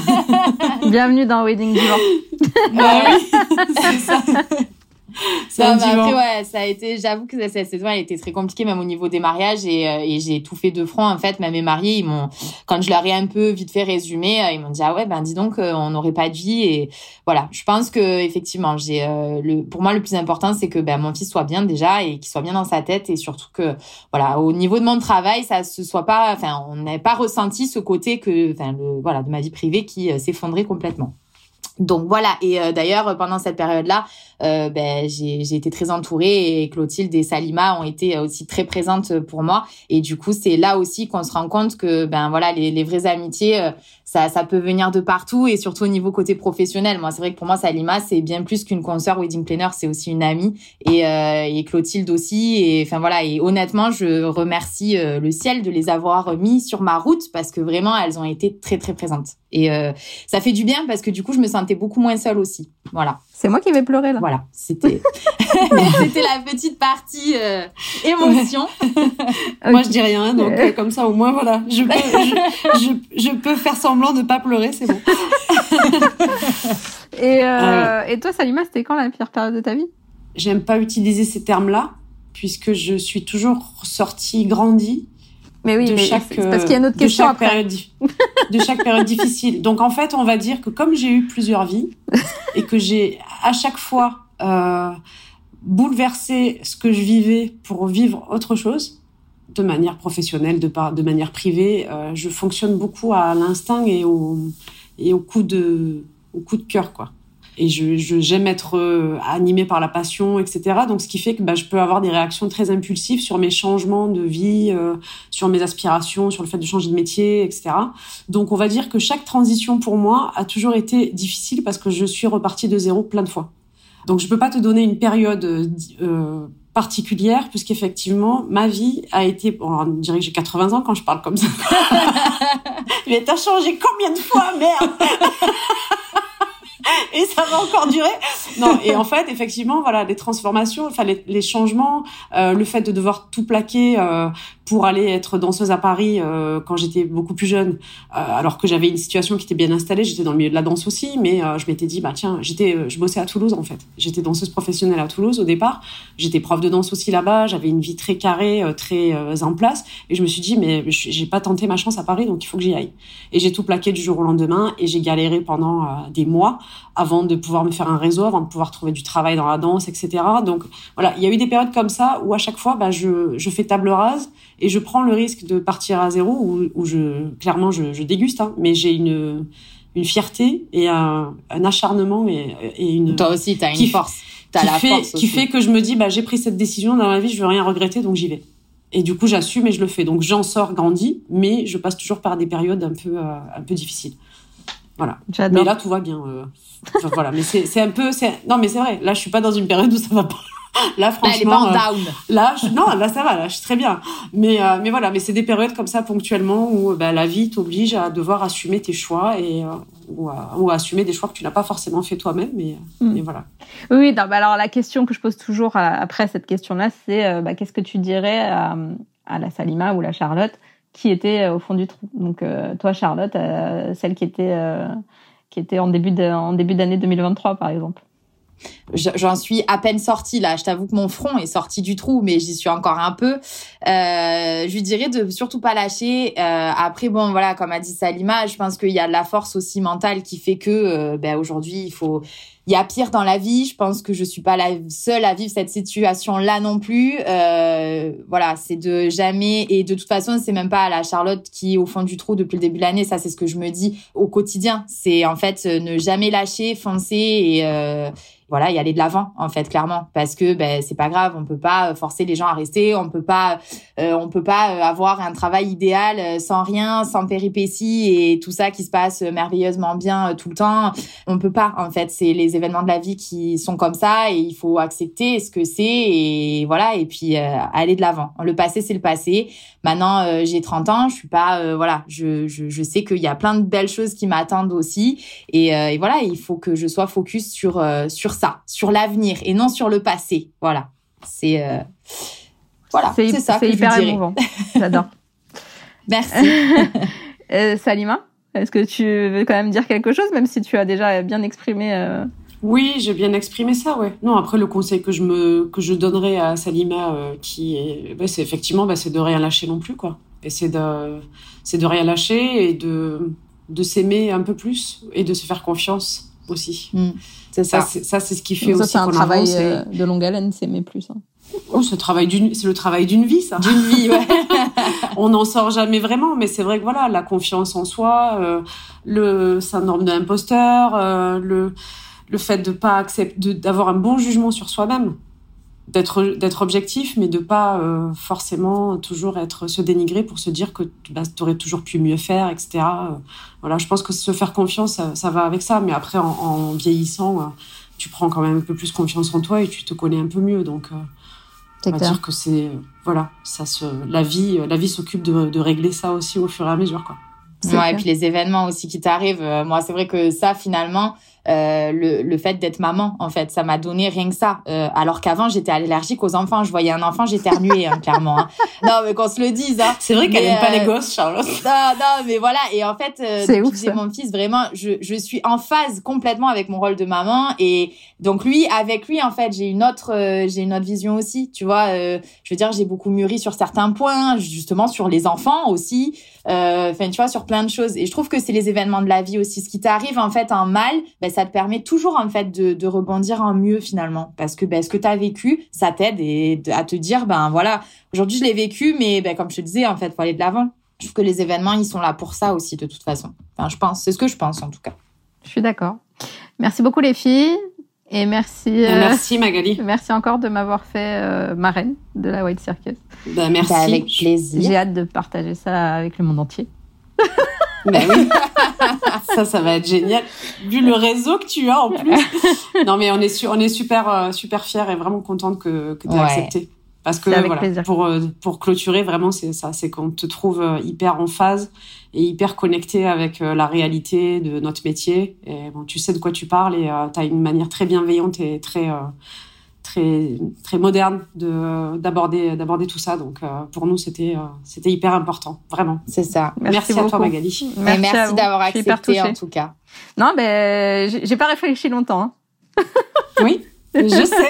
Oh. Bienvenue dans Wedding Divan. Bah oui, c'est ça. C'est Non, un mais divan. après, ouais, ça a été, j'avoue que cette saison, elle était très compliquée, même au niveau des mariages, et, euh, et j'ai tout fait de front, en fait. Même mes mariés, ils m'ont, quand je leur ai un peu vite fait résumer, euh, ils m'ont dit, ah ouais, ben, dis donc, euh, on n'aurait pas de vie, et voilà. Je pense que, effectivement, j'ai, euh, le, pour moi, le plus important, c'est que, ben, mon fils soit bien déjà, et qu'il soit bien dans sa tête, et surtout que, voilà, au niveau de mon travail, ça se soit pas, enfin, on n'avait pas ressenti ce côté que, enfin, le, voilà, de ma vie privée qui euh, s'effondrait complètement. Donc voilà, et euh, d'ailleurs pendant cette période-là, euh, ben j'ai j'ai été très entourée et Clotilde et Salima ont été aussi très présentes pour moi et du coup c'est là aussi qu'on se rend compte que ben voilà les les vraies amitiés euh, ça ça peut venir de partout et surtout au niveau côté professionnel. Moi c'est vrai que pour moi Salima c'est bien plus qu'une consoeur wedding planner, c'est aussi une amie et euh, et Clotilde aussi et enfin voilà et honnêtement je remercie euh, le ciel de les avoir mis sur ma route parce que vraiment elles ont été très très présentes et euh, ça fait du bien parce que du coup je me sentais beaucoup moins seule aussi. Voilà. C'est moi qui vais pleurer là. Voilà, c'était c'était la petite partie euh, émotion. Moi, je dis rien, donc euh, comme ça, au moins, voilà, je peux, je, je, je peux faire semblant de pas pleurer, c'est bon. Et, euh, Ah et toi, Salima, c'était quand la pire période de ta vie? J'aime pas utiliser ces termes-là, puisque je suis toujours sortie grandie Mais oui, de mais chaque, c'est parce qu'il y a une autre de question chaque après. période, di- de chaque période difficile. Donc, en fait, on va dire que comme j'ai eu plusieurs vies et que j'ai à chaque fois euh, bouleversé ce que je vivais pour vivre autre chose, de manière professionnelle, de, par, de manière privée, euh, je fonctionne beaucoup à l'instinct et au, et au coup de, au coup de cœur, quoi. et je, je j'aime être euh, animée par la passion, et cetera. Donc ce qui fait que bah, je peux avoir des réactions très impulsives sur mes changements de vie, euh, sur mes aspirations, sur le fait de changer de métier, et cetera. Donc on va dire que chaque transition pour moi a toujours été difficile parce que je suis repartie de zéro plein de fois. Donc je peux pas te donner une période euh, particulière puisqu'effectivement ma vie a été, bon, on dirait que j'ai quatre-vingts ans quand je parle comme ça. Mais t'as changé combien de fois, merde. Et ça va encore durer. Non, et en fait, effectivement, voilà, les transformations, enfin les, les changements, euh, le fait de devoir tout plaquer euh, pour aller être danseuse à Paris euh, quand j'étais beaucoup plus jeune, euh, alors que j'avais une situation qui était bien installée, j'étais dans le milieu de la danse aussi, mais euh, je m'étais dit, bah tiens, j'étais, je bossais à Toulouse en fait, j'étais danseuse professionnelle à Toulouse au départ, j'étais prof de danse aussi là-bas, j'avais une vie très carrée, euh, très euh, en place, et je me suis dit, mais j'ai pas tenté ma chance à Paris, donc il faut que j'y aille. Et j'ai tout plaqué du jour au lendemain, et j'ai galéré pendant euh, des mois avant de pouvoir me faire un réseau, avant de pouvoir trouver du travail dans la danse, et cetera. Donc voilà, il y a eu des périodes comme ça où à chaque fois, bah, je, je fais table rase et je prends le risque de partir à zéro, où, où je, clairement, je, je déguste, hein, mais j'ai une, une fierté et un, un acharnement et, et une. Toi aussi, t'as une qui, force. T'as qui la fait, force aussi. Qui fait que je me dis, bah, j'ai pris cette décision dans ma vie, je veux rien regretter, donc j'y vais. Et du coup, j'assume et je le fais. Donc j'en sors grandi, mais je passe toujours par des périodes un peu, euh, un peu difficiles. Voilà. J'adore. Mais là, tout va bien. Euh... Enfin, voilà. Mais c'est, c'est un peu, c'est, non, mais c'est vrai. Là, je suis pas dans une période où ça va pas. Là, franchement. Elle est pas en down. Euh, là, je... non, là, ça va. Là, je suis très bien. Mais, euh, mais voilà. Mais c'est des périodes comme ça, ponctuellement, où, bah, la vie t'oblige à devoir assumer tes choix et, euh, ou, à, ou à assumer des choix que tu n'as pas forcément fait toi-même. Mais, mm. mais voilà. Oui, non, bah, alors, la question que je pose toujours après cette question-là, c'est, euh, bah, qu'est-ce que tu dirais à, à la Salima ou la Charlotte qui était au fond du trou. Donc euh, toi Charlotte, euh, celle qui était euh, qui était en début de, en début d'année deux mille vingt-trois par exemple. J'en suis à peine sortie là. Je t'avoue que mon front est sorti du trou, mais j'y suis encore un peu. Euh, je lui dirais de surtout pas lâcher. Euh, après bon voilà, comme a dit Salima, je pense qu'il y a de la force aussi mentale qui fait que euh, ben aujourd'hui il faut. Il y a pire dans la vie. Je pense que je suis pas la seule à vivre cette situation-là non plus. Euh, voilà, c'est de jamais, et de toute façon, c'est même pas la Charlotte qui est au fond du trou depuis le début de l'année. Ça, c'est ce que je me dis au quotidien. C'est en fait ne jamais lâcher, foncer et euh, voilà, y aller de l'avant en fait, clairement, parce que ben c'est pas grave. On peut pas forcer les gens à rester. On peut pas, euh, on peut pas avoir un travail idéal sans rien, sans péripéties et tout ça qui se passe merveilleusement bien tout le temps. On peut pas en fait. C'est les événements de la vie qui sont comme ça et il faut accepter ce que c'est et voilà, et puis euh, aller de l'avant. Le passé, c'est le passé. Maintenant, euh, j'ai trente ans, je suis pas euh, voilà, je, je je sais qu'il y a plein de belles choses qui m'attendent aussi et, euh, et voilà, il faut que je sois focus sur euh, sur ça, sur l'avenir et non sur le passé. Voilà. C'est euh, voilà, c'est, c'est ça c'est que hyper je dirais. émouvant. J'adore. Merci. euh, Salima, est-ce que tu veux quand même dire quelque chose, même si tu as déjà bien exprimé euh... Oui, j'ai bien exprimé ça, ouais. Non, après le conseil que je me que je donnerais à Salima, euh, qui est, bah, c'est effectivement, bah, c'est de rien lâcher non plus, quoi. Et c'est de c'est de rien lâcher et de de s'aimer un peu plus et de se faire confiance aussi. Mmh, c'est ça. Ça c'est, ça, c'est ce qui fait Donc aussi ça, c'est qu'on un travail avance. euh, Et... de longue haleine, s'aimer plus. Hein. Oh, c'est le travail d'une, c'est le travail d'une vie, ça. D'une vie, ouais. On n'en sort jamais vraiment, mais c'est vrai que voilà, la confiance en soi, euh, le syndrome de l'imposteur, euh, le le fait de pas accepter, de, d'avoir un bon jugement sur soi-même, d'être d'être objectif, mais de pas euh, forcément toujours être se dénigrer pour se dire que bah, t'aurais toujours pu mieux faire, et cetera. Euh, voilà, je pense que se faire confiance, ça, ça va avec ça, mais après en, en vieillissant, euh, tu prends quand même un peu plus confiance en toi et tu te connais un peu mieux, donc. Euh, C'est on va clair. dire que c'est euh, voilà, ça se la vie la vie s'occupe de de régler ça aussi au fur et à mesure, quoi. C'est ouais, clair. et puis les événements aussi qui t'arrivent. Euh, moi, c'est vrai que ça, finalement, euh, le, le fait d'être maman, en fait, ça m'a donné rien que ça. Euh, alors qu'avant, j'étais allergique aux enfants. Je voyais un enfant, j'éternuais, hein, clairement. Hein. Non, mais qu'on se le dise. Hein. C'est vrai qu'elle mais, aime pas euh, les gosses, Charlotte. Non, non, mais voilà. Et en fait, euh, C'est depuis ouf, que j'ai ça. mon fils, vraiment, je, je suis en phase complètement avec mon rôle de maman. Et donc lui, avec lui, en fait, j'ai une autre, euh, j'ai une autre vision aussi. Tu vois, euh, je veux dire, j'ai beaucoup mûri sur certains points, justement sur les enfants aussi. Enfin, euh, tu vois, sur plein de choses. Et je trouve que c'est les événements de la vie aussi. Ce qui t'arrive en fait en mal, ben ça te permet toujours en fait de, de rebondir en mieux finalement, parce que ben ce que t'as vécu, ça t'aide et à te dire ben voilà, aujourd'hui je l'ai vécu, mais ben comme je te disais en fait, faut aller de l'avant. Je trouve que les événements ils sont là pour ça aussi de toute façon. Enfin, je pense, c'est ce que je pense en tout cas. Je suis d'accord. Merci beaucoup les filles. Et merci. Euh, merci Magali. Merci encore de m'avoir fait euh, marraine de la White Circus. Ben, merci. Bah, avec plaisir. J'ai hâte de partager ça avec le monde entier. Ben oui. Ça, ça va être génial. Vu le réseau que tu as en plus. Non, mais on est, su- on est super, euh, super fiers et vraiment contente que, que tu aies ouais. accepté. Parce que voilà, pour, pour clôturer, vraiment, c'est ça. C'est qu'on te trouve hyper en phase et hyper connecté avec la réalité de notre métier. Et bon, tu sais de quoi tu parles et euh, tu as une manière très bienveillante et très, euh, très, très moderne de, d'aborder, d'aborder tout ça. Donc, euh, pour nous, c'était, euh, c'était hyper important. Vraiment. C'est ça. Merci, merci à toi, Magali. Merci, merci d'avoir accepté, en tout cas. Non, ben, j'ai, j'ai pas réfléchi longtemps. Hein. Oui. Je sais.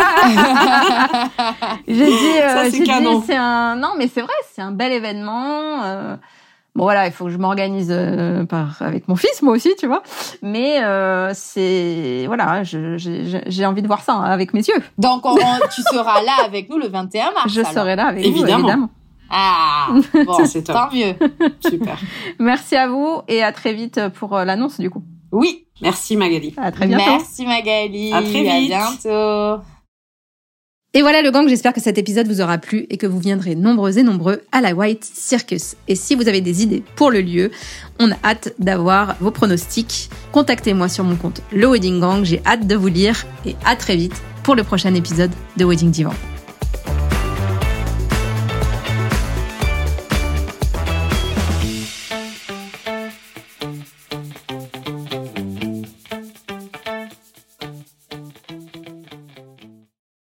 j'ai dit, euh, ça, c'est j'ai canon. dit, c'est un, non, mais c'est vrai, c'est un bel événement. Euh... Bon, voilà, il faut que je m'organise euh, par, avec mon fils, moi aussi, tu vois. Mais euh, c'est, voilà, je, je, j'ai envie de voir ça hein, avec mes yeux. Donc, on, on, tu seras là avec nous le vingt et un mars. Je alors. serai là avec évidemment. vous, évidemment. Ah, bon, c'est top. Tant mieux. Super. Merci à vous et à très vite pour l'annonce, du coup. Oui. Merci Magali. À très bientôt. Merci Magali. À très vite. À bientôt. Et voilà le gang, j'espère que cet épisode vous aura plu et que vous viendrez nombreux et nombreux à la White Circus. Et si vous avez des idées pour le lieu, on a hâte d'avoir vos pronostics. Contactez-moi sur mon compte Le Wedding Gang, j'ai hâte de vous lire et à très vite pour le prochain épisode de Wedding Divan.